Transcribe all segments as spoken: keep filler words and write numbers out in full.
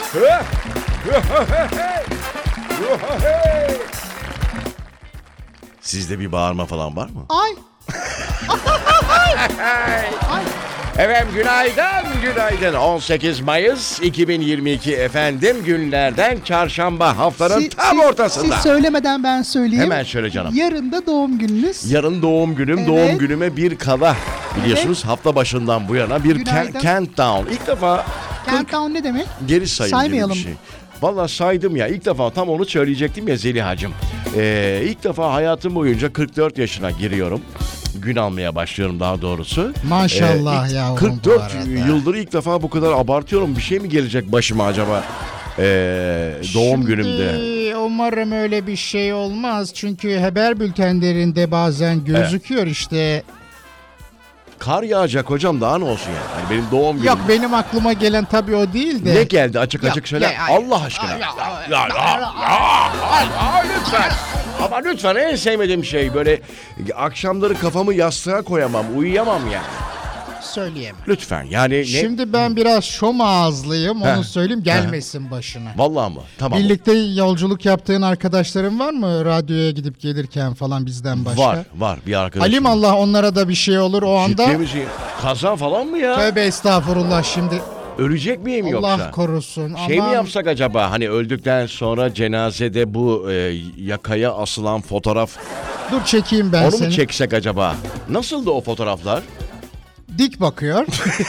Sizde bir bağırma falan var mı? Ay. Ay. Efendim günaydın, günaydın. on sekiz Mayıs iki bin yirmi iki efendim günlerden çarşamba, haftanın Si- tam si- ortasında. Siz söylemeden ben söyleyeyim. Hemen söyle canım. Yarın da doğum gününüz. Yarın doğum günüm, Evet. doğum günüme bir kala. Biliyorsunuz hafta başından bu yana bir Günaydın. can- countdown. İlk defa Countdown ne demek? geri sayım gibi Saymayalım. bir şey. Vallahi saydım ya. İlk defa tam onu söyleyecektim ya Zeliha'cığım. Ee, ilk defa hayatım boyunca kırk dört yaşına giriyorum. Gün almaya başlıyorum daha doğrusu. Maşallah ilk yavrum kırk bu dört arada. yıldır ilk defa bu kadar abartıyorum. Bir şey mi gelecek başıma acaba? Ee, doğum Şimdi günümde. umarım öyle bir şey olmaz. Çünkü haber bültenlerinde bazen gözüküyor işte. Kar yağacak hocam, daha ne olsun yani? Hani benim doğum günüm. Yok, benim aklıma gelen tabii o değil de. Ne geldi açık Yok, açık söyle. ya, ya, Allah aşkına. ya, Ya, ya, ya, ya, ya, ya, lütfen. Ama lütfen, en sevmediğim şey böyle akşamları kafamı yastığa koyamam, uyuyamam yani. Söyleyemem. Lütfen yani ne? Şimdi ben biraz şom ağızlıyım, onu Heh. söyleyeyim, gelmesin başına. Vallahi mı? Tamam. Birlikte yolculuk yaptığın arkadaşların var mı? Radyoya gidip gelirken falan bizden başka. Var, var bir arkadaşım. Alim Allah onlara da bir şey olur o anda. Ciddi misin? Kaza falan mı ya? Tövbe estağfurullah şimdi. Ölecek miyim Allah yoksa? korusun. Şey Aman. mi yapsak acaba, hani öldükten sonra cenazede bu e, yakaya asılan fotoğraf, Dur çekeyim ben onu seni. mu çeksek acaba? Nasıldı o fotoğraflar? Dik bakıyor.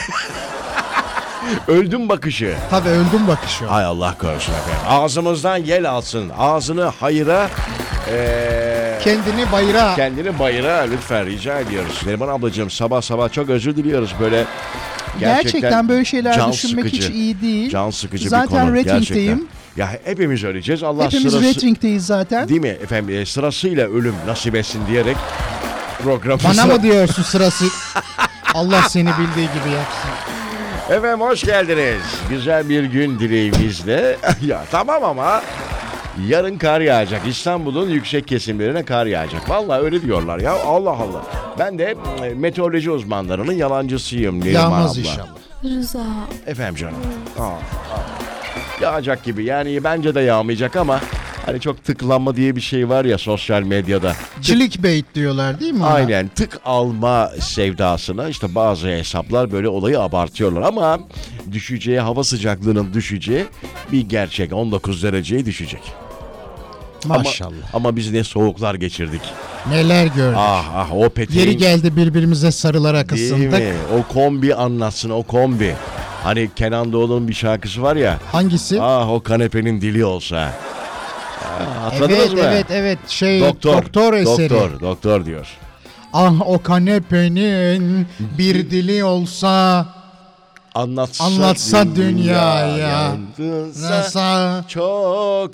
Öldüm bakışı. Tabii öldüm bakışı. Hay Allah korusun efendim. Ağzımızdan yel alsın. Ağzını hayıra, ee, Kendini bayıra. kendini bayıra lütfen rica ediyoruz. Neriman ablacığım, sabah sabah çok özür diliyoruz böyle. Gerçekten, Gerçekten böyle şeyler can düşünmek sıkıcı, hiç iyi değil. Can sıkıcı Zaten bir konu. ratingdeyim. Gerçekten. Ya hepimiz öleceğiz. Allah Hepimiz sırası... ratingdeyiz zaten. Değil mi efendim? E, sırasıyla ölüm nasip etsin diyerek programımızı... Bana mı diyorsun sırası? Allah seni bildiği gibi yapsın. Efendim hoş geldiniz. Güzel bir gün dileğimizle. Ya tamam ama yarın kar yağacak. İstanbul'un yüksek kesimlerine kar yağacak. Vallahi öyle diyorlar ya. Allah Allah. Ben de e, meteoroloji uzmanlarının yalancısıyım. Neriman Yağmaz abla. inşallah. Rıza. Efendim canım. Aa, aa. Yağacak gibi. Yani bence de yağmayacak ama hani çok tıklanma diye bir şey var ya sosyal medyada. Clickbait diyorlar değil mi ona? Aynen, tık alma sevdasına işte bazı hesaplar böyle olayı abartıyorlar ama düşeceği, hava sıcaklığının düşeceği bir gerçek. on dokuz dereceye düşecek. Maşallah. Ama, ama biz ne soğuklar geçirdik. Neler gördük. Ah ah o peteğin. Yeri geldi birbirimize sarılarak Değil ısındık. mi? O kombi anlatsın, o kombi. Hani Kenan Doğulu'nun bir şarkısı var ya. Hangisi? Ah o kanepenin dili olsa. Ah, hatırladınız Evet mı? evet evet şey Doktor, doktor eseri. Doktor, doktor diyor. Ah o kanepenin bir dili olsa Anlatsa, anlatsa dünyaya dünyaya nasıl çok.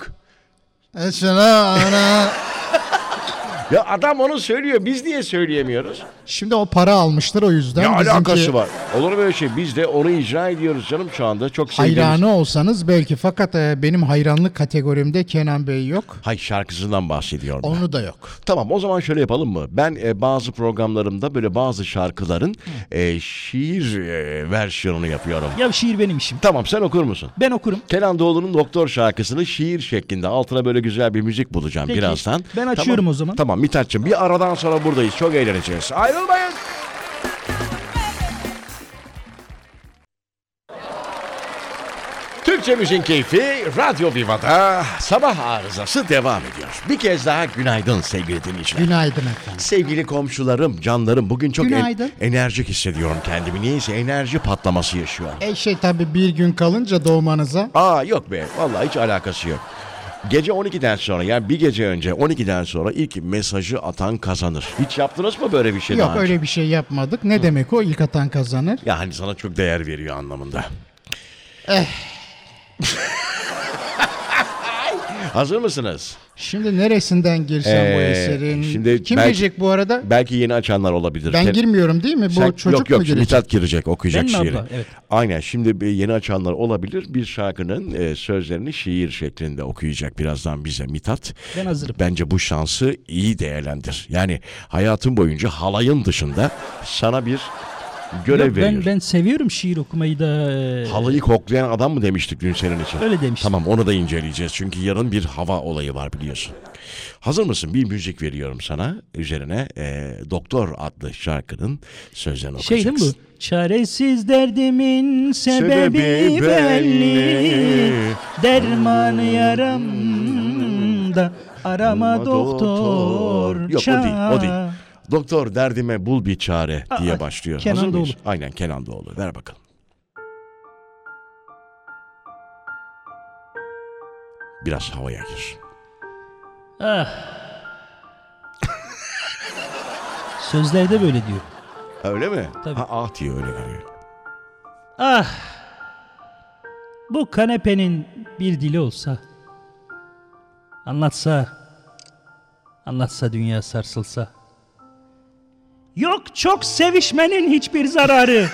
eşrana. Ya adam onu söylüyor, biz niye söyleyemiyoruz? Şimdi o para almıştır o yüzden. Ne bizimki alakası var? Olur mu böyle şey? Biz de onu icra ediyoruz canım şu anda. Çok sevdiğimiz. Hayranı olsanız belki, fakat e, benim hayranlık kategorimde Kenan Bey yok. Hay şarkısından bahsediyorum. ben. Onu da yok. Tamam, o zaman şöyle yapalım mı? Ben e, bazı programlarımda böyle bazı şarkıların e, şiir e, versiyonunu yapıyorum. Ya şiir benim işim. Tamam, sen okur musun? Ben okurum. Kenan Doğulu'nun Doktor şarkısını şiir şeklinde altına böyle güzel bir müzik bulacağım Peki, birazdan. ben açıyorum Tamam. o zaman. Tamam Mithat'cığım, bir aradan sonra buradayız. Çok eğleneceğiz. Ayrılmayın. Türkçe Müziğin Keyfi Radyo Viva'da sabah arızası devam ediyor. Bir kez daha günaydın sevgili dinleyiciler. Günaydın efendim. Sevgili komşularım, canlarım, bugün çok en- Günaydın. enerjik hissediyorum kendimi. Niyeyse enerji patlaması yaşıyorum. E şey tabii bir gün kalınca doğmanıza. Aa yok be, vallahi hiç alakası yok. Gece on ikiden sonra, yani bir gece önce on ikiden sonra ilk mesajı atan kazanır. Hiç yaptınız mı böyle bir şey Yok daha önce? öyle bir şey yapmadık. Ne demek o? İlk atan kazanır. Ya hani sana çok değer veriyor anlamında. Eh. Hazır mısınız? Şimdi neresinden girsem bu Ee, eserin? şimdi Kim belki- girecek bu arada? Belki yeni açanlar olabilir. Ben Sen- girmiyorum değil mi? Bu Sen- çocuk yok yok mu girecek? Mithat girecek, okuyacak Ben mi şiiri. abla? Evet. Aynen, şimdi bir yeni açanlar olabilir. Bir şarkının e, sözlerini şiir şeklinde okuyacak birazdan bize Mithat. Ben hazırım. Bence bu şansı iyi değerlendir. Yani hayatın boyunca halayın dışında sana bir görev Yok, veriyor. ben, ben seviyorum şiir okumayı da. e, Halıyı koklayan adam mı demiştik dün senin için? Öyle demiştim. Tamam, onu da inceleyeceğiz. Çünkü yarın bir hava olayı var biliyorsun. Hazır mısın? Bir müzik veriyorum sana. Üzerine e, Doktor adlı şarkının sözlerini okuyacaksın. Şey değil mi bu? Çaresiz derdimin sebebi, Sebebi belli. belli. Derman yaramda arama doktor. Yok, o değil, o değil. çare. Doktor derdime bul bir çare diye Aa, başlıyor. Kenan Hazır mıyız? Doğulu. Aynen, Kenan Doğulu. Ver bakalım. Biraz havaya gir. Ah. Sözlerde böyle diyor. Öyle mi? Tabii. Ha, ah diye öyle geliyor. Ah. Bu kanepenin bir dili olsa, anlatsa, anlatsa dünya sarsılsa. Yok çok sevişmenin hiçbir zararı.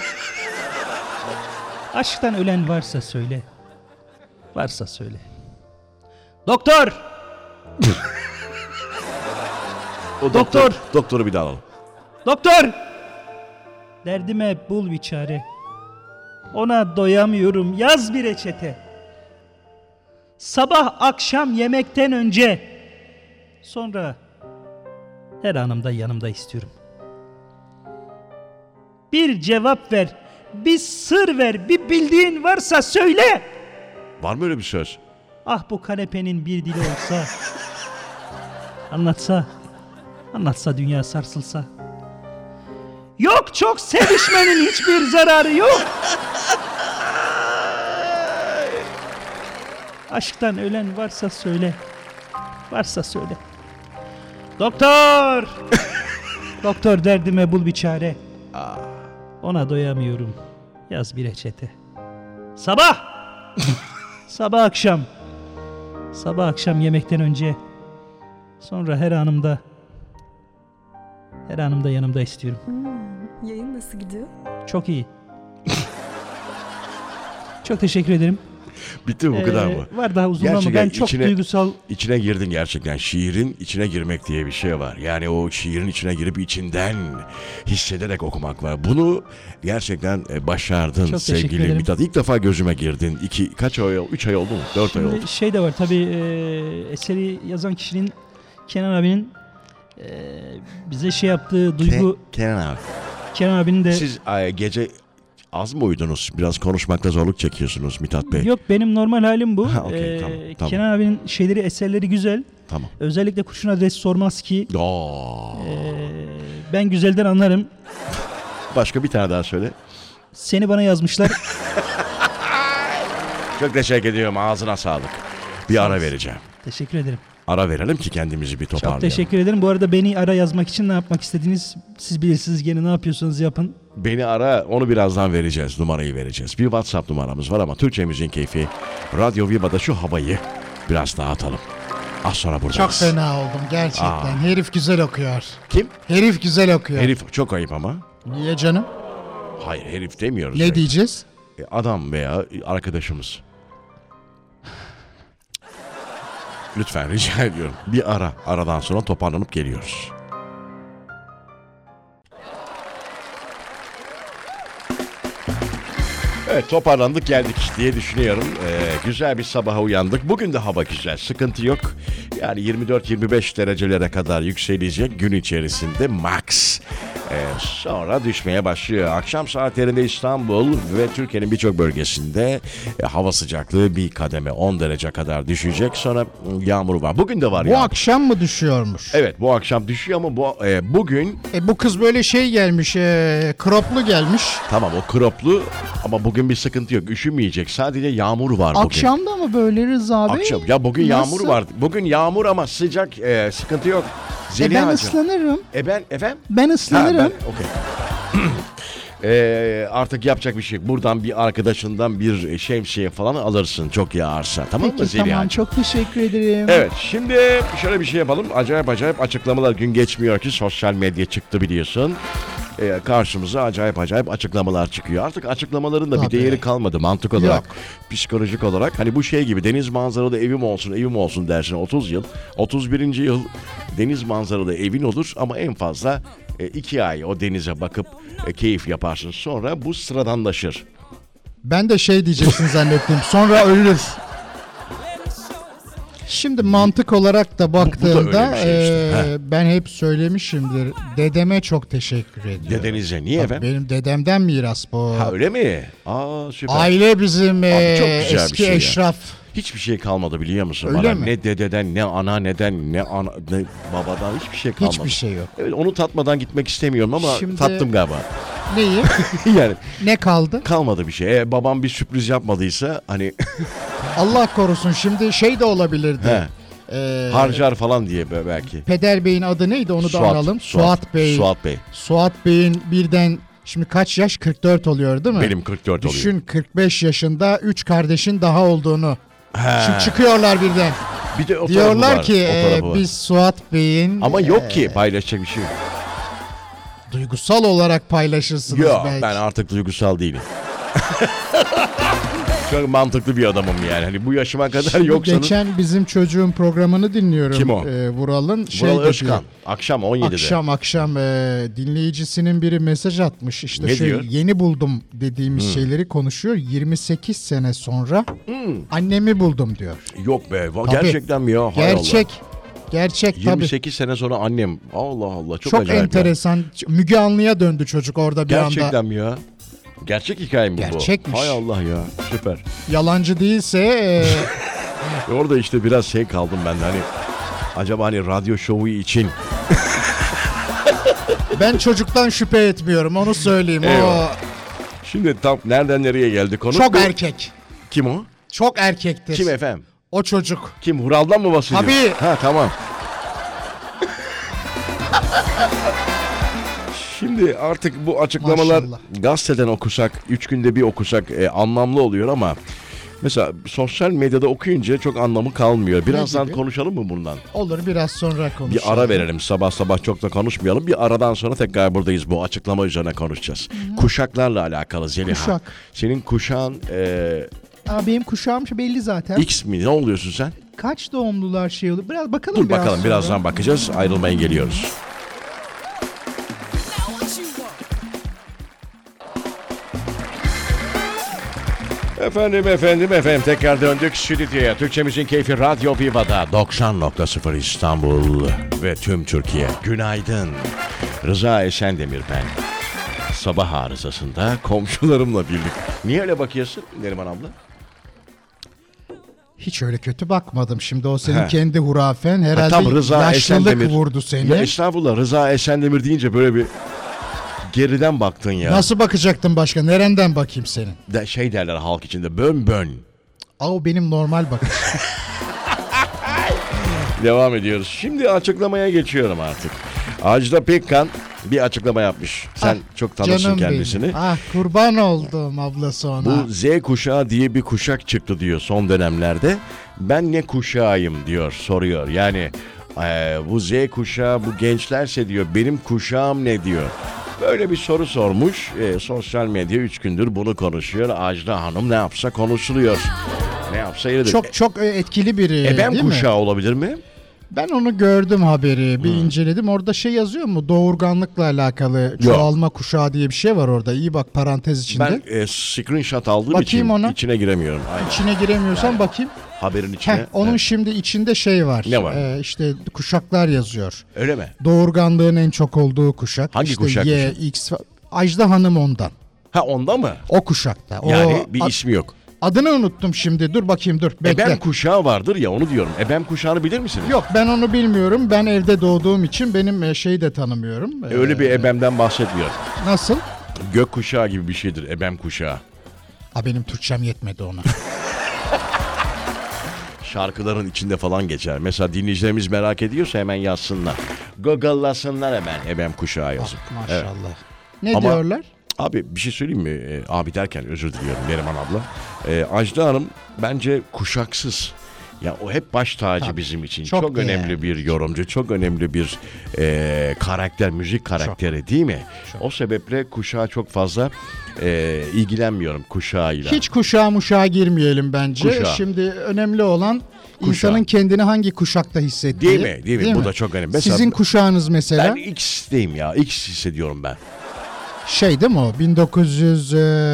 Aşktan ölen varsa söyle. Varsa söyle. Doktor! O Doktor! Doktoru bir daha alalım. Doktor! Derdime bul bir çare. Ona doyamıyorum, yaz bir reçete. Sabah akşam yemekten önce. Sonra her anımda yanımda istiyorum. Bir cevap ver, bir sır ver, bir bildiğin varsa söyle. Var mı öyle bir söz? Ah bu kanepenin bir dili olsa. Anlatsa, anlatsa dünya sarsılsa. Yok çok sevişmenin hiçbir zararı yok. Aşktan ölen varsa söyle. Varsa söyle. Doktor! Doktor derdime bul bir çare. Ona doyamıyorum. Yaz bir reçete. Sabah! Sabah akşam. Sabah akşam yemekten önce. Sonra her anımda. Her anımda yanımda istiyorum. Hmm, yayın nasıl gidiyor? Çok iyi. Çok teşekkür ederim. Bitti mi, bu kadar Ee, mı? Var daha uzun ama Gerçekten ben çok içine- duygusal. İçine girdin gerçekten. Şiirin içine girmek diye bir şey var. Yani o şiirin içine girip içinden hissederek okumak var. Bunu gerçekten e, başardın Çok teşekkür sevgili ederim. Mithat. İlk defa gözüme girdin. İki, kaç ay, üç ay oldu mu? Dört ay oldu. Şimdi şey de var tabii, e, eseri yazan kişinin, Kenan abinin e, bize şey yaptığı duygu, Ke- Kenan abi. Kenan abinin de Siz e, gece az mı uyudunuz? Biraz konuşmakta zorluk çekiyorsunuz Mithat Bey. yok, benim normal halim bu. Ha, okey, E, tamam, tamam. Kenan abinin şeyleri, eserleri güzel. Tamam. Özellikle kurşun adres sormaz ki. Oo. E, ben güzelden anlarım. Başka bir tane daha söyle. Seni bana yazmışlar. Çok teşekkür ediyorum. Ağzına sağlık. Bir ara vereceğim. Teşekkür ederim. Ara verelim ki kendimizi bir toparlayalım. Çok teşekkür ederim. Bu arada beni ara yazmak için ne yapmak istediğiniz siz bilirsiniz, gene ne yapıyorsanız yapın. Beni ara, onu birazdan vereceğiz. Numarayı vereceğiz. Bir WhatsApp numaramız var ama Türkçe Müziğin Keyfi Radyo Viva'da şu havayı biraz dağıtalım. Az sonra buradayız. Çok fena oldum gerçekten. Aa. Herif güzel okuyor. Kim? Herif güzel okuyor. Herif çok ayıp ama. Niye canım? Hayır, herif demiyoruz. Ne öyle. diyeceğiz? E, Adam veya arkadaşımız. Lütfen rica ediyorum. Bir ara. Aradan sonra toparlanıp geliyoruz. Evet, toparlandık geldik diye düşünüyorum. Ee, güzel bir sabaha uyandık. Bugün de hava güzel, sıkıntı yok. Yani yirmi dört yirmi beş derecelere kadar yükselecek gün içerisinde max. Ee, sonra düşmeye başlıyor. Akşam saatlerinde İstanbul ve Türkiye'nin birçok bölgesinde e, hava sıcaklığı bir kademe on derece kadar düşecek. Sonra m, yağmur var. Bugün de var Bu yağmur. akşam mı düşüyormuş? Evet, bu akşam düşüyor ama bu e, bugün E, bu kız böyle şey gelmiş, e, kroplu gelmiş. tamam, o kroplu ama bugün bir sıkıntı yok. Üşümeyecek. Sadece yağmur var bugün. Akşam da mı böyle Rıza Bey? Akşam. Ya bugün Nasıl? yağmur var. Bugün yağmur ama sıcak, e, sıkıntı yok. E, ben Zeliha'cığım. ıslanırım. E ben efendim? Ben Ha, ıslanırım. ben, okey. Ee, artık yapacak bir şey yok. Buradan bir arkadaşından bir şemsiye falan alırsın çok yağarsa. Tamam mı Peki Zeliha'cığım? tamam, çok teşekkür ederim. Evet, şimdi şöyle bir şey yapalım. Acayip acayip açıklamalar, gün geçmiyor ki sosyal medya çıktı biliyorsun. Ee, karşımıza acayip acayip açıklamalar çıkıyor. Artık açıklamaların da bir Tabii. değeri kalmadı mantık olarak, Yok. psikolojik olarak. Hani bu şey gibi, deniz manzaralı evim olsun, evim olsun dersin otuz yıl. otuz birinci yıl deniz manzaralı evin olur ama en fazla E, iki ay o denize bakıp e, keyif yaparsın. Sonra bu sıradanlaşır. Ben de şey diyeceksin zannettim. Sonra ölür. Şimdi mantık olarak da baktığında öyle bir şey işte. e, ben hep söylemişimdir. Dedeme çok teşekkür ediyorum. Dedenize niye Tabii efendim? benim dedemden miras bu. Ha öyle mi? Aa süper. Aile bizim e, çok güzel bir eski şey ya. eşraf. Hiçbir şey kalmadı biliyor musun? Öyle Bana mi? ne dededen, ne ana neden, ne ana, ne babadan hiçbir şey kalmadı. Hiçbir şey yok. Evet, onu tatmadan gitmek istemiyorum ama Şimdi- tattım galiba. Neyi? Yani Ne kaldı? kalmadı bir şey. E, babam bir sürpriz yapmadıysa hani Allah korusun şimdi şey de olabilirdi. he, E, harcar falan diye be- belki. Peder Bey'in adı neydi onu da Suat, analım. Suat, Bey. Suat Bey. Suat Bey'in birden şimdi kaç yaş? kırk dört oluyor değil mi? Benim kırk dört oluyor. Düşün kırk beş yaşında üç kardeşin daha olduğunu. He. Şimdi çıkıyorlar birden. Bir de o tarafı Diyorlar var, ki o e, tarafı var. biz Suat Bey'in Ama yok e, ki paylaşacak bir şey yok. duygusal olarak paylaşırsınız Yok belki. ben artık duygusal değilim. Çok mantıklı bir adamım yani. Hani bu yaşıma kadar Şimdi yoksanız. geçen bizim çocuğun programını dinliyorum. Kim o? E, Vural'ın şey Vural dedi. Özkan. Akşam on yedide. Akşam akşam e, dinleyicisinin biri mesaj atmış. İşte Ne şey, diyor? yeni buldum dediğimiz şeyleri konuşuyor. yirmi sekiz sene sonra annemi buldum diyor. Yok be. va- Tabii. Gerçekten mi ya? Hay Gerçek. Gerçek Allah. tabii. yirmi sekiz sene sonra annem. Allah Allah. Çok, Çok acayip ya. enteresan. Müge Anlı'ya döndü çocuk orada bir Gerçekten anda. mi ya? Gerçek hikaye mi bu? Gerçekmiş. Hay Allah ya. Süper. Yalancı değilse e, E orada işte biraz şey kaldım ben de hani. Acaba hani radyo şovu için. ben çocuktan şüphe etmiyorum onu söyleyeyim. O Eyvallah. Şimdi tam nereden nereye geldi konu? çok Bu- erkek. Kim o? Çok erkektir. Kim efendim? O çocuk. Kim? Vural'dan mı bahsediyorsun? Tabii. Ha tamam. Şimdi artık bu açıklamalar Maşallah. gazeteden okusak, üç günde bir okusak e, anlamlı oluyor ama mesela sosyal medyada okuyunca çok anlamı kalmıyor. Birazdan gibi? konuşalım mı bundan? Olur biraz sonra konuşalım. Bir ara verelim. Sabah sabah çok da konuşmayalım. Bir aradan sonra tekrar buradayız. Bu açıklama üzerine konuşacağız. Kuşaklarla alakalı Zeliha. Kuşak. Senin kuşağın e, Aa, benim kuşağım belli zaten. X mi? Ne oluyorsun sen? Kaç doğumlular şey olur? Biraz bakalım Dur biraz bakalım sonra. birazdan bakacağız. Ayrılmayın geliyoruz. Efendim efendim efendim tekrar döndük stüdyoya. Türkçemizin keyfi Radyo Viva'da doksan nokta sıfır İstanbul ve tüm Türkiye. Günaydın. Rıza Esendemir ben. Sabah arızasında komşularımla birlikte. Niye öyle bakıyorsun Neriman abla? Hiç öyle kötü bakmadım. Şimdi o senin He. kendi hurafen Ha, herhalde tam Rıza yaşlılık Esendemir. vurdu seni. Ya estağfurullah Rıza Esendemir deyince böyle bir geriden baktın ya. Nasıl bakacaktın başka? Nereden bakayım senin? De, şey derler halk içinde bön bön. Aa, o benim normal bakış. Devam ediyoruz. Şimdi açıklamaya geçiyorum artık. Ajda Pekkan bir açıklama yapmış. Sen Ah, çok tanırsın Canım kendisini. benim. Ah kurban oldum ablası ona. Bu Z kuşağı diye bir kuşak çıktı diyor son dönemlerde. Ben ne kuşağıyım diyor, soruyor. Yani eee, bu Z kuşağı, bu gençlerse diyor benim kuşağım ne diyor. Böyle bir soru sormuş. E, sosyal medya üç gündür bunu konuşuyor. Ajda Hanım ne yapsa konuşuluyor. Ne yapsa yeridir. Çok çok e, etkili biri Ebem değil mi? kuşağı olabilir mi? Ben onu gördüm haberi. Bir inceledim. Orada şey yazıyor mu? Doğurganlıkla alakalı çoğalma kuşağı diye bir şey var orada. İyi bak parantez içinde. Ben e, screenshot aldığım Bakayım için ona. içine giremiyorum. Aynen. İçine giremiyorsan bakayım. Haberin içine. Heh, onun Evet. şimdi içinde şey var. Ne var? Ee, işte kuşaklar yazıyor. Öyle mi? Doğurganlığın en çok olduğu kuşak. Hangi işte kuşak Y, kuşak? X. Ajda Hanım ondan. Ha onda mı? O kuşakta. O, Yani bir ad- ismi yok. Adını unuttum şimdi. Dur bakayım dur. Bekle. Ebem kuşağı vardır ya onu diyorum. Ebem kuşağını bilir misiniz? Yok ben onu bilmiyorum. Ben evde doğduğum için benim e, şeyi de tanımıyorum. E, Öyle bir Ee, ebemden bahsetmiyor. Nasıl? Gök kuşağı gibi bir şeydir ebem kuşağı. Ha benim Türkçem yetmedi ona. Şarkıların içinde falan geçer. Mesela dinleyicilerimiz merak ediyorsa hemen yazsınlar. Google'lasınlar hemen ebem kuşağı yazıp. Ah, maşallah. Evet. Ne Ama- diyorlar? Abi bir şey söyleyeyim mi? Ee, abi derken özür diliyorum Neriman abla. Ee, Ajda Hanım bence kuşaksız. Ya o hep baş tacı Tabii. bizim için. Çok Çok, önemli değerli. bir yorumcu, çok önemli bir e, karakter, müzik karakteri değil mi? Çok. O sebeple kuşağa çok fazla e, ilgilenmiyorum kuşağıyla. Hiç kuşağa muşağa girmeyelim bence. Kuşağı. Şimdi önemli olan İnsanın kendini hangi kuşakta hissettiği. Değil mi? Değil mi? Bu da çok önemli. Mesela Sizin kuşağınız mesela. Ben X'teyim ya. X hissediyorum ben. Şey değil mi o? bin dokuz yüz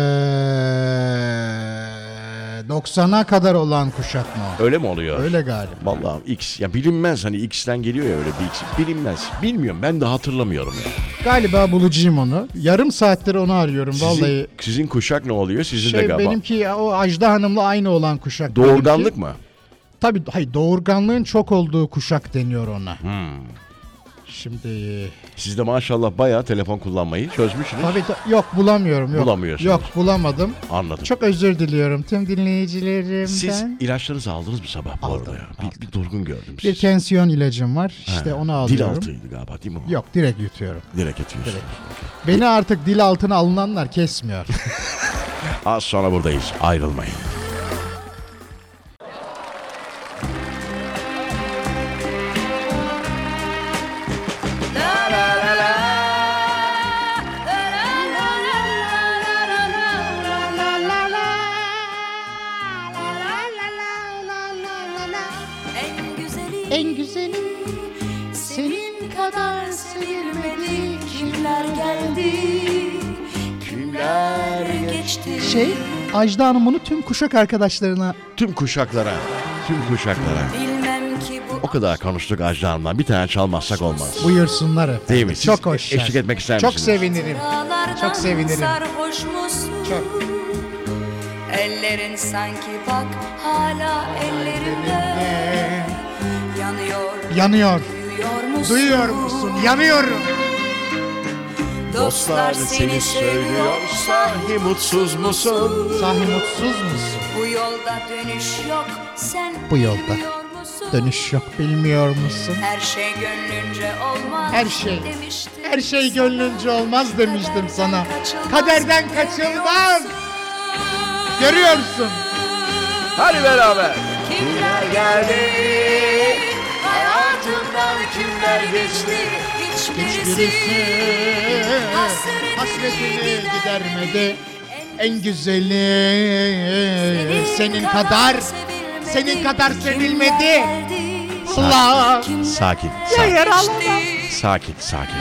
doksana kadar olan kuşak mı o? Öyle mi oluyor? Öyle galiba. Vallahi X. Ya bilinmez, hani X'ten geliyor ya öyle bir X. Bilinmez. Bilmiyorum, ben de hatırlamıyorum ya. Galiba bulacağım onu. Yarım saattir onu arıyorum Sizin, vallahi. Sizin kuşak ne oluyor? Sizin Şey de galiba. benimki o Ajda Hanım'la aynı olan kuşak. Doğurganlık benimki. mı? Tabii hayır, doğurganlığın çok olduğu kuşak deniyor ona. Hmm. Şimdi Siz de maşallah bayağı telefon kullanmayı çözmüşsünüz. tabii ta- yok bulamıyorum yok. Bulamıyorsunuz. Yok bulamadım. Anladım. Çok özür diliyorum tüm dinleyicilerimden. Siz ilaçlarınızı aldınız mı sabah bu Aldım, arada ya? aldım. Bir, bir durgun gördüm Bir sizi. tensiyon ilacım var. İşte Ha, onu Dil alıyorum. altıydı galiba değil mi o? Yok direkt yutuyorum. Direkt atıyorsun. Beni artık dil altına alınanlar kesmiyor. Az sonra buradayız. Ayrılmayın. En güzeli, En güzeli senin kadar sevilmedi. Kimler geldi, kimler geçti. şey Ajda Hanım bunu tüm kuşak arkadaşlarına Tüm kuşaklara, tüm kuşaklara. Bilmem ki bu O kadar konuştuk Ajda Hanım'dan. Bir tane çalmazsak olmaz. buyursunlar efendim. Değil mi? Siz Çok hoş. eşlik etmek ister Çok misiniz? sevinirim. sıralardan Çok sevinirim. sarhoş musun? Çok. Ellerin sanki bak hala ellerimde yanıyor. Yanıyor. Duyuyor musun? Duyuyor musun? Yanıyorum. Dostlar seni söylüyor. sahi mutsuz musun? Sahi mutsuz musun? Bu yolda dönüş yok. Sen Bu yolda biliyor musun? Dönüş yok bilmiyor musun? Her şey gönlünce olmaz. Her şey. demiştim. Her şey gönlünce olmaz demiştim Kaderden sana. kaçılmaz. Kaderden kaçılmaz. Görüyorsun. Hadi beraber. Kimler geldi? Hayatımdan kimler geçti? Hiçbirisi Hasretini hasretini gidermedi. En güzeli senin kadar senin kadar sevilmedi. Allah. Sakin, Ya sakin, yer Allah. sakin, sakin.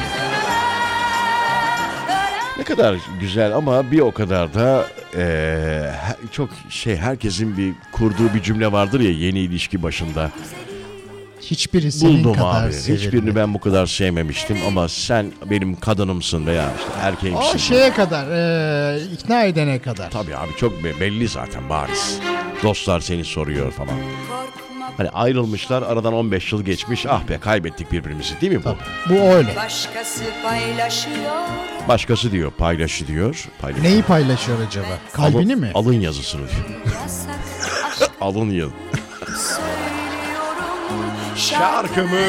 Ne kadar güzel ama bir o kadar da eee, çok şey, herkesin bir kurduğu bir cümle vardır ya yeni ilişki başında. Hiçbiri senin Buldum kadar abi. sevilmedi. Hiçbirini ben bu kadar sevmemiştim ama sen benim kadınımsın veya işte erkeğimsin. O şeye kadar e, ikna edene kadar. Tabii abi, çok be- belli zaten, bariz. Dostlar seni soruyor falan. Korkma, Hani ayrılmışlar, aradan on beş yıl geçmiş, ah be kaybettik birbirimizi, değil mi bu? Tabii. Bu öyle. başkası paylaşıyor. Başkası diyor, paylaşı diyor. Paylaşı. Neyi paylaşıyor acaba? Kalbini Alın- mi? Alın yazısını diyor. Yasak aşk Alın yazı. söylüyorum. Şarkımı.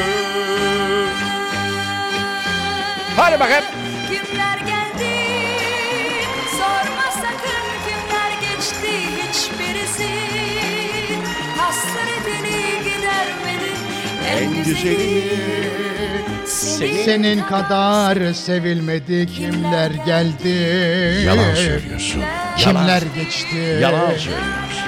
Hadi bakalım. Kimler geldi? Sorma sakın kimler geçti? Hiçbirisi hasretini gidermedi. En güzeli senin, Senin kadar sevilmedi kimler geldi? Yalan söylüyorsun. Kimler geçti? Yalan söylüyorsun.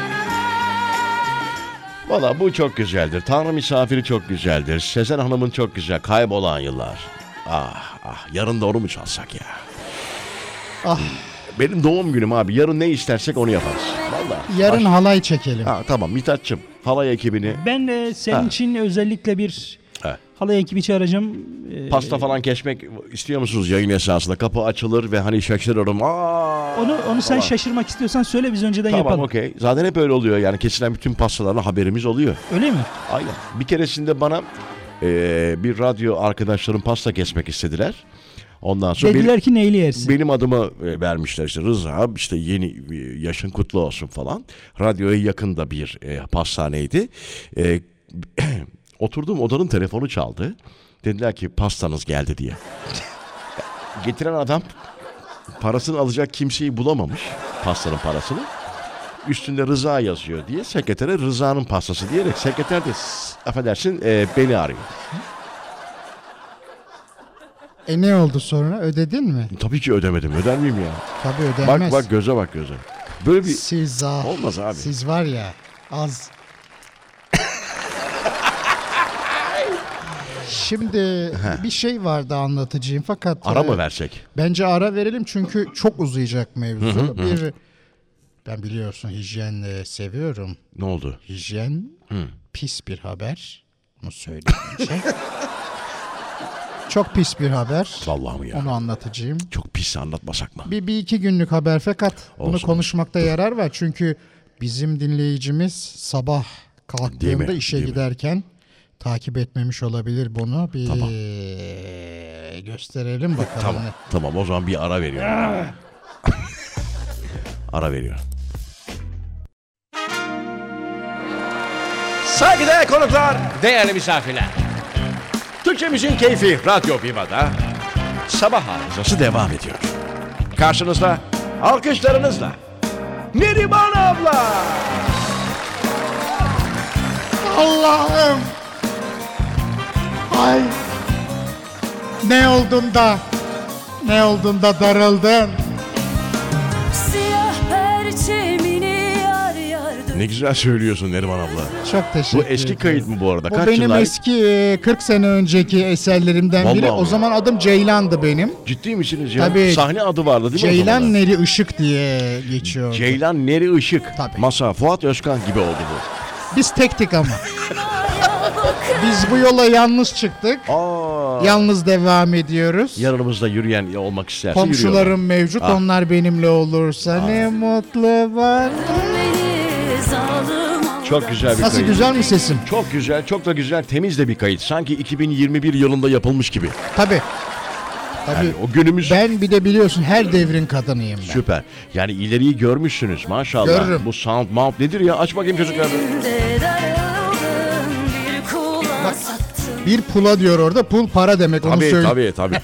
Valla bu çok güzeldir. Tanrı misafiri çok güzeldir. Sezen Hanım'ın çok güzel. Kaybolan yıllar. Ah ah, yarın da onu mu çalsak ya? Ah, Benim doğum günüm abi. Yarın ne istersek onu yaparız. Valla. yarın halay çekelim. Ha, tamam Mithat'cığım. Halay ekibini Ben de senin Ha. için özellikle bir Evet. halay ekibi çağıracağım. Ee, pasta falan kesmek istiyor musunuz yayın esnasında? Kapı açılır ve hani şaşırırım. Aa! Onu onu sen falan. şaşırmak istiyorsan söyle, biz önceden Tamam yapalım. okey. Zaten hep öyle oluyor yani, kesilen bütün pastalarla haberimiz oluyor. Öyle mi? Aynen. Bir keresinde bana eee, bir radyo arkadaşlarım pasta kesmek istediler. Ondan sonra Dediler benim, ki neyli yersin? benim adımı e, vermişler, işte Rıza, işte yeni e, yaşın kutlu olsun falan. Radyoya yakın da bir e, pastaneydi. E, oturduğum odanın telefonu çaldı. Dediler ki pastanız geldi diye. Getiren adam parasını alacak kimseyi bulamamış, pastanın parasını. Üstünde Rıza yazıyor diye sekretere Rıza'nın pastası diyerek sekreter de "S- affedersin e, beni arıyor. E ne oldu sonra? Ödedin mi? Tabii ki ödemedim. Öder miyim ya? Tabii ödenmez. Bak bak göze bak göze. Böyle bir Siz ah, olmaz abi. Siz var ya az. Şimdi bir şey vardı anlatacağım fakat Ara e, mı versek? bence ara verelim çünkü çok uzayacak mevzu. Bir ben biliyorsun hijyen e, seviyorum. Ne oldu? Hijyen Hı. pis bir haber. Onu söyleyeyim önce. Çok pis bir haber. Vallahi mi ya? Onu anlatacağım. Çok pis anlatmasak mı? Bir, bir iki günlük haber fakat bunu Olsun. konuşmakta yarar var. Çünkü bizim dinleyicimiz sabah Değil kalktığında mi? işe Değil mi? giderken takip etmemiş olabilir bunu. Bir Tamam. gösterelim bakalım. Tamam. Tamam o zaman bir ara veriyorum. Ara veriyorum. Saygıdeğer konuklar, değerli misafirler. Türkçe Müziğin Keyfi Radyo Viva'da sabah arızası devam ediyor. Karşınızda alkışlarınızla Neriman abla. Allah'ım. Ay. Ne oldun da ne oldun da darıldın. Siyah perçemini yar yardı. Ne güzel söylüyorsun Neriman abla. Çok teşekkür Bu ederim. eski kayıt mı bu arada? Bu Kaç benim yıllar? eski e, kırk sene önceki eserlerimden Vallahi biri. mi? O zaman adım Ceylan'dı benim. Ciddi misiniz ya? Tabii. Sahne adı vardı değil mi o Ceylan zamanlar? Neri Işık diye geçiyor. Ceylan Neri Işık. Tabii. Masa Fuat Özkan gibi oldu bu. Biz tektik ama. Biz bu yola yalnız çıktık. Aa. Yalnız devam ediyoruz. Yanımızda yürüyen olmak isterse Komşularım yürüyorlar. mevcut. Ah. Onlar benimle olursa ne mutlu var. Beni zalim Çok güzel bir Nasıl kayıt. güzel mi sesim? Çok güzel, çok da güzel, temiz de bir kayıt. Sanki iki bin yirmi bir yılında yapılmış gibi. Tabii. Tabii. Yani o günümüz Ben bir de biliyorsun her devrin kadınıyım ben. süper. Yani ileriyi görmüşsünüz maşallah. Görürüm. Bu sound mount nedir ya? Aç bakayım çocuklar. de darıldım, bir kula sattım. Bir pula diyor orada. Pul para demek. Onu Tabii söyle. tabii tabii.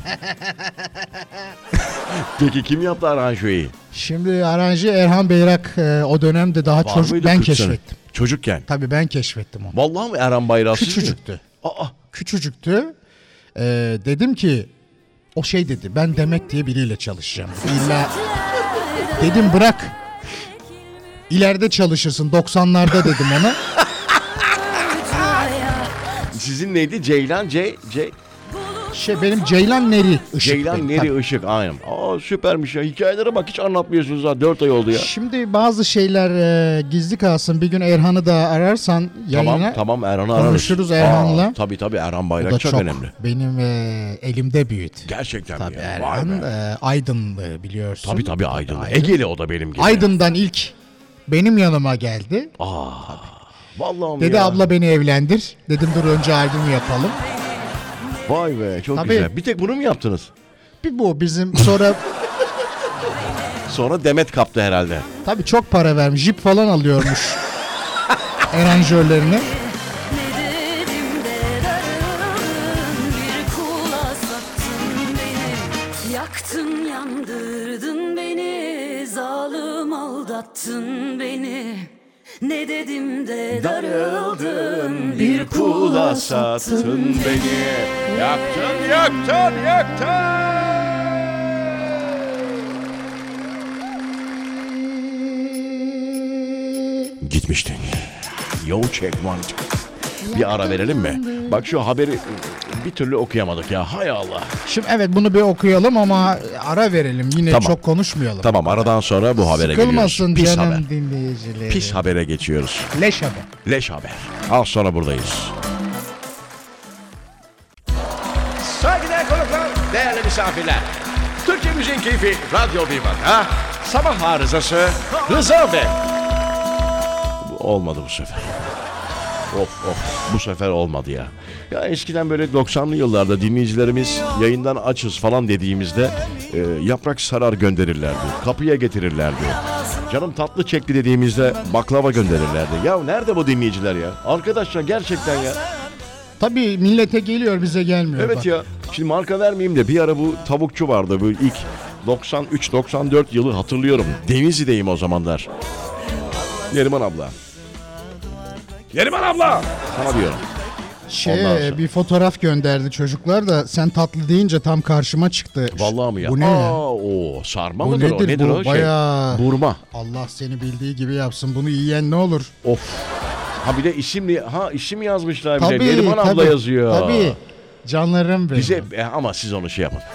Peki kim yaptı aranjeyi? Şimdi aranjı Erhan Beyrak e, o dönemde daha Var çocuk mıydı ben kırk sene? keşfettim. Çocukken. Tabii ben keşfettim onu. Vallahi mi Eren Bayrağı? siz mi? Küçücüktü. Aa, Küçücüktü. Ee, dedim ki o şey dedi ben Demet diye biriyle çalışacağım. İlla dedim bırak. İleride çalışırsın doksanlarda dedim ona. sizin neydi? Ceylan C C Şey benim Ceylan Neri Işık. Ceylan benim. Neri Tabii. Işık. Aynen. Aa süpermiş ya. Hikayelere bak hiç anlatmıyorsunuz ha. dört ay oldu ya. Şimdi bazı şeyler e, gizli kalsın. Bir gün Erhan'ı da ararsan yayına Tamam tamam Erhan'ı ararız. konuşuruz Erhan'la. Aa, tabii tabii Erhan o Bayrak da çok, çok önemli. benim e, elimde büyüdü. Gerçekten Tabii mi ya? Vay Erhan be. e, Aydınlı biliyorsun. Tabii tabii Aydın. Aydın. Egeli o da benim gibi. Aydın'dan ilk benim yanıma geldi. Aa. Vallahi mi Dedi ya? abla beni evlendir. Dedim dur önce albüm yapalım. Vay be çok Tabii. güzel. Bir tek bunu mu yaptınız? Bir bu bizim sonra Sonra Demet kaptı herhalde. tabii çok para vermiş. Jip falan alıyormuş. Aranjörlerini. Ne dedim de darıldım, bir kula sattın beni. Yaktın yandırdın beni, zalim aldattın beni. Ne dedim de darıldım, Bir kula sattın beni. Yaktın yaktın yaktın. Gitmiştin. Yo check one. Bir ara verelim mi? Bak şu haberi bir türlü okuyamadık ya. Hay Allah. Şimdi evet bunu bir okuyalım ama ara verelim. Yine Tamam. çok konuşmayalım. Tamam aradan sonra bu habere geliyoruz. Sıkılmasın Pis canım haber. dinleyicileri. Pis habere geçiyoruz. Leş haber. Leş haber. Az sonra buradayız. Saygıdeğer konuklar, değerli misafirler. Türkiye Müziğin Keyfi Radyo Viva'da sabah arızası Rıza Bey. Bu olmadı bu sefer. Of of bu sefer olmadı ya. Ya eskiden böyle doksanlı yıllarda dinleyicilerimiz yayından açız falan dediğimizde e, yaprak sarar gönderirlerdi. Kapıya getirirlerdi. Canım tatlı çekti dediğimizde baklava gönderirlerdi. Ya nerede bu dinleyiciler ya? Arkadaşlar gerçekten ya. Tabii millete geliyor bize gelmiyor. Evet bak. ya. Şimdi marka vermeyeyim de bir ara bu tavukçu vardı. Bu ilk doksan üç doksan dört yılı hatırlıyorum. Denizli'deyim o zamanlar. Neriman abla. Neriman abla! Sana diyorum. Ondan sonra. Şey bir fotoğraf gönderdi çocuklar da sen tatlı deyince tam karşıma çıktı. Vallahi mi ya? Bu ne Aa, ya? o sarma Bu mıdır o? nedir Nedir bu? o? Şey, Bayağı- burma. Allah seni bildiği gibi yapsın. Bunu yiyen ne olur? Of. Ha bir de isimli ha isim yazmışlar bile. Tabii, Neriman abla tabii, yazıyor. Tabii. Canlarım benim. Bize e, ama siz onu şey yapın.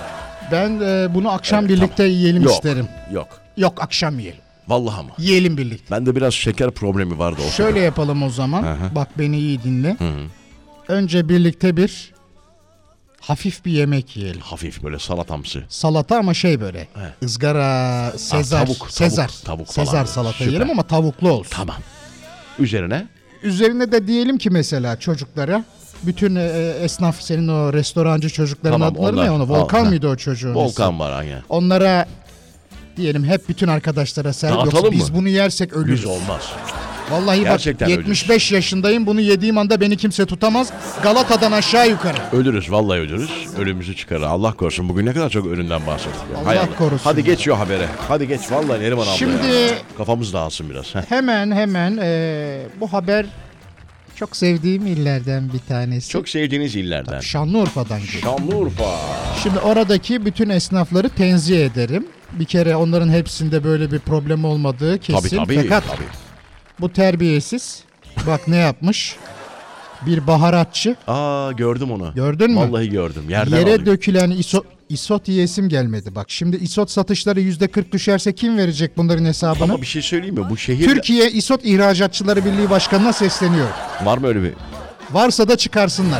Ben e, bunu akşam Evet, birlikte tamam. yiyelim Yok, isterim. Yok. Yok, akşam yiyelim. Vallahi ama. Yiyelim birlikte. Bende biraz şeker problemi vardı o Şöyle yapalım o zaman. Hı hı. Bak beni iyi dinle. Hı hı. Önce birlikte bir hafif bir yemek yiyelim. Hafif böyle salatamsı. Salata ama şey böyle. ızgara, sezar, tavuk, sezar. tavuk, tavuk falan sezar böyle. salata Süper. yiyelim ama tavuklu olsun. Tamam. Üzerine Üzerine de diyelim ki mesela çocuklara bütün e, esnaf senin o restorancı çocukların Tamam, adları onlar- ne onu? Volkan Al, mıydı o çocuğun? volkan var hani. Onlara diyelim hep bütün arkadaşlara servis. Yoksa Dağıtalım biz mı? bunu yersek ölürüz. Düz olmaz. Vallahi Gerçekten bak yetmiş beş yaşındayım, bunu yediğim anda beni kimse tutamaz. Galata'dan aşağı yukarı. Ölürüz vallahi ölürüz. Ölümümüzü çıkarır. Allah korusun. Bugün ne kadar çok ölümden bahsettik. ya. Allah Hay Allah. korusun. Hadi geç şu habere. Hadi geç vallahi Neriman abla Şimdi- ya. Kafamız dağılsın biraz. Heh. Hemen hemen e, bu haber çok sevdiğim illerden bir tanesi. Çok sevdiğiniz illerden. Şanlıurfa'dan geliyor. Şanlıurfa. Şimdi oradaki bütün esnafları tenzih ederim. Bir kere onların hepsinde böyle bir problem olmadığı kesin. Tabii tabii. Fakat tabii. bu terbiyesiz bak ne yapmış? Bir baharatçı. Aa gördüm onu. Gördün mü? Vallahi gördüm. Yerden Yere alıyor. dökülen iso, isot yiyesim gelmedi. Bak şimdi isot satışları yüzde kırk düşerse kim verecek bunların hesabını? Ama bir şey söyleyeyim mi? Bu şehir Türkiye İsot İhracatçıları Birliği Başkanı'na sesleniyor. var mı öyle bir? Varsa da çıkarsınlar.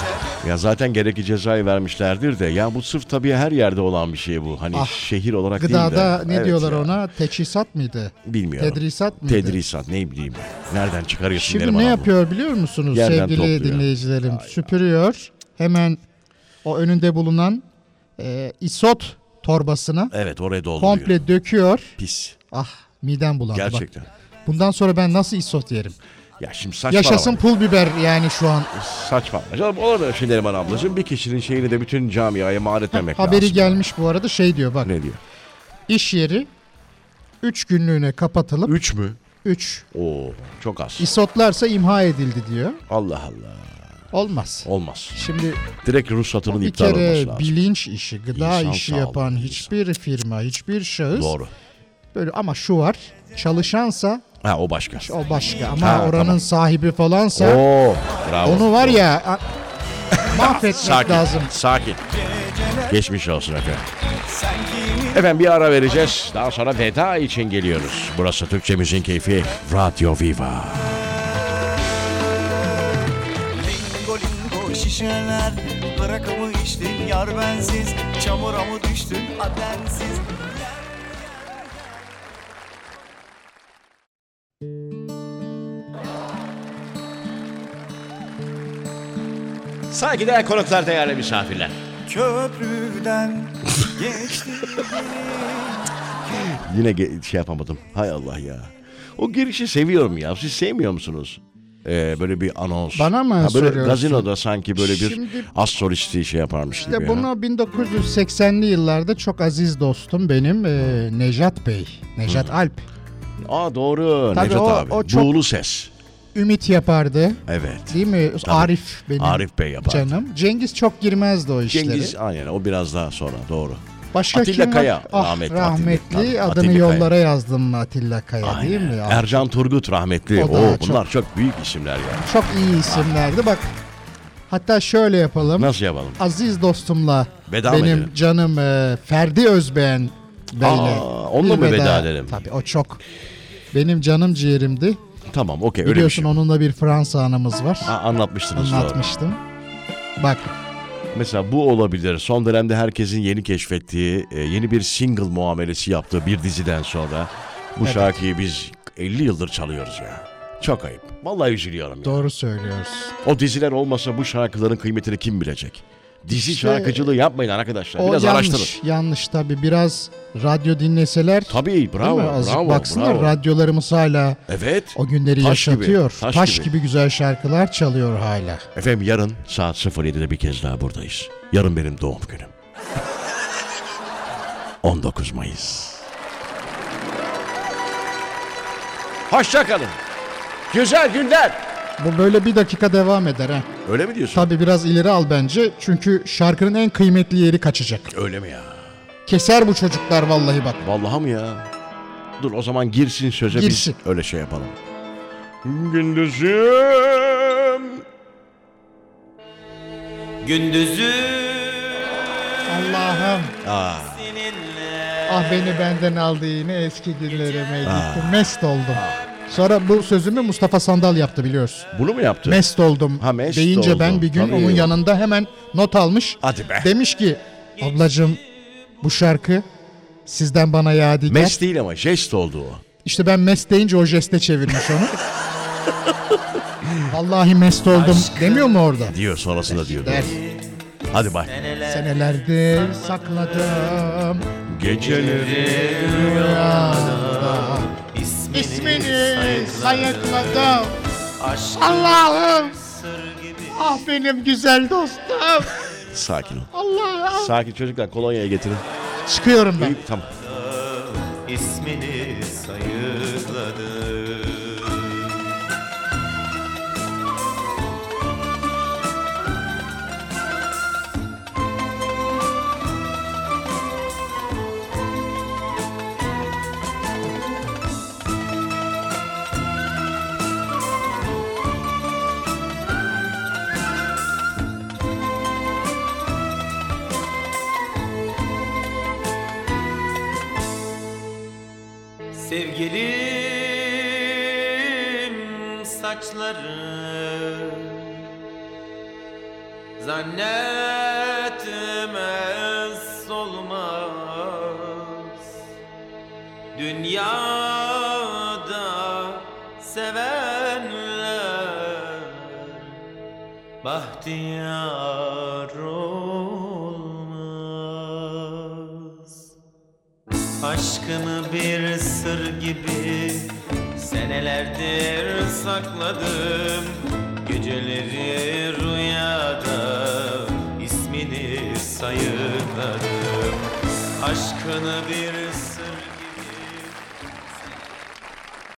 Ya zaten gerekli cezayı vermişlerdir de. Ya bu sırf tabii her yerde olan bir şey bu. Hani Ah, şehir olarak değil de. Gıdada ne Evet diyorlar ya. ona? Teçhizat mıydı? Bilmiyorum. Tedrisat mıydı? Tedrisat ne bileyim. Nereden çıkarıyorsun Şimdi Neriman ne abla? yapıyor biliyor musunuz Yerden sevgili topluyor. dinleyicilerim? Süpürüyor. Hemen o önünde bulunan e, isot torbasına Evet oraya dolduruyor. komple döküyor. Pis. Ah midem bulandı. Bak, Gerçekten. bundan sonra ben nasıl isot yerim? Ya şimdi saçmalama. Yaşasın pul biber yani şu an. Saçmalama. Canım olur da şey Neriman ablacığım. Bir kişinin şeyini de bütün camiaya mal etmemek Haberi lazım. gelmiş bu arada şey diyor bak. Ne diyor? İş yeri üç günlüğüne kapatılıp Üç mü? üç Oo çok az. isotlarsa imha edildi diyor. Allah Allah. Olmaz. Olmaz. Şimdi Direkt ruhsatının bir iptal olması kere lazım. bilinç işi, gıda İnsan işi sağlığı, yapan insan. hiçbir firma, hiçbir şahıs Doğru. böyle ama şu var. Çalışansa Ha o başka. o başka ama Ha, oranın tamam. sahibi falansa Oo bravo. onu var ya a- mahvetmek Sakin. lazım. Sakin. Geçmiş olsun efendim. Efendim bir ara vereceğiz. Daha sonra veda için geliyoruz. Burası Türkçe Müziğin Keyfi Radyo Viva. Lingo lingo şişeler, bırakamı içtin yar bensiz, çamura mı düştün adensiz. Saygıdeğer konuklar, değerli misafirler. Köprüden geçti. Yine ge- şey yapamadım. Hay Allah ya. O girişi seviyorum ya. Siz sevmiyor musunuz? Ee, böyle bir anons. Bana mı ha, böyle soruyorsun? gazinoda sanki böyle bir Şimdi- az solisti şey yaparmış gibi. İşte ya. bunu bin dokuz yüz seksenli yıllarda çok aziz dostum benim e, Nejat Bey, Nejat Alp. Aa doğru. Tabii Necat o- abi. o çok- Buğulu ses. Ümit yapardı. Evet. Değil mi? Tabii. Arif benim Arif Bey yapardı. canım. Cengiz çok girmezdi o işlere. Cengiz aynen o biraz daha sonra doğru. Başka Atilla kim Kaya, var? Ah, rahmetli rahmetli. Atilla. Tabii, Adını Atilla yollara yazdım Atilla Kaya değil mi? Ah, Ercan Turgut rahmetli. O da Oo, çok- bunlar çok büyük isimler ya. Çok iyi isimlerdi. Bak hatta şöyle yapalım. Nasıl yapalım? Aziz dostumla Veda mı benim edelim? canım e, Ferdi Özbeğen Bey'le. Aa, onunla bir mı veda edelim? Tabii o çok benim canım ciğerimdi. Tamam okey öyle bir Biliyorsun şey. onunla bir Fransa anımız var. Ha, anlatmıştınız doğru. Anlatmıştım. Bak Mesela bu olabilir. Son dönemde herkesin yeni keşfettiği, e, yeni bir single muamelesi yaptığı bir diziden sonra bu Evet. şarkıyı biz elli yıldır çalıyoruz ya. Çok ayıp. Vallahi üzülüyorum ya. doğru söylüyorsun. O diziler olmasa bu şarkıların kıymetini kim bilecek? Dizi İşte- şarkıcılığı yapmayın arkadaşlar. O Biraz yanlış, araştırın. yanlış tabii. Biraz radyo dinleseler. Tabii Değil bravo. mi? Azıcık bravo, baksınlar bravo. radyolarımız hala Evet. o günleri Taş gibi, yaşatıyor. taş Taş, gibi. gibi. güzel şarkılar çalıyor hala. Efendim yarın saat sıfır yedide bir kez daha buradayız. Yarın benim doğum günüm. on dokuz Mayıs. Hoşça kalın. Güzel günler. Bu böyle bir dakika devam eder ha. Öyle mi diyorsun? Tabii biraz ileri al bence. Çünkü şarkının en kıymetli yeri kaçacak. Öyle mi ya? Keser bu çocuklar vallahi bak. Vallahi mi ya? Dur o zaman girsin söze Girsin. biz öyle şey yapalım. gündüzüm. Gündüzü Allah'ım. Aa, seninle. Ah beni benden aldı yine eski günlerime gittim. Mest oldum. Sonra bu sözümü Mustafa Sandal yaptı biliyorsun. bunu mu yaptı? Mest oldum Ha, mest deyince oldum. ben bir gün Tabii. onun yanında hemen not almış. Hadi be. Demiş ki ablacığım bu şarkı sizden bana yadigar. Mest değil ama jest oldu o. İşte ben mest deyince o jeste çevirmiş onu. Vallahi mest oldum demiyor mu orada? Diyor, sonrasında diyor. Der. Hadi bak. Senelerdir sakladım Geceleri rüyada. İsmini sayıkladım. Allah'ım. Ah benim güzel dostum. sakin ol. Allah'ım. Sakin çocuklar, kolonyaya getirin. Çıkıyorum ben. İyi, tamam. İsmini sayıkladım. Sevgilim saçları zannetmez solmaz. Dünyada sevenler bahtiyar olmaz. Aşkını bir sır gibi senelerdir sakladım. Geceleri rüyada ismini sayıkladım. Aşkını bir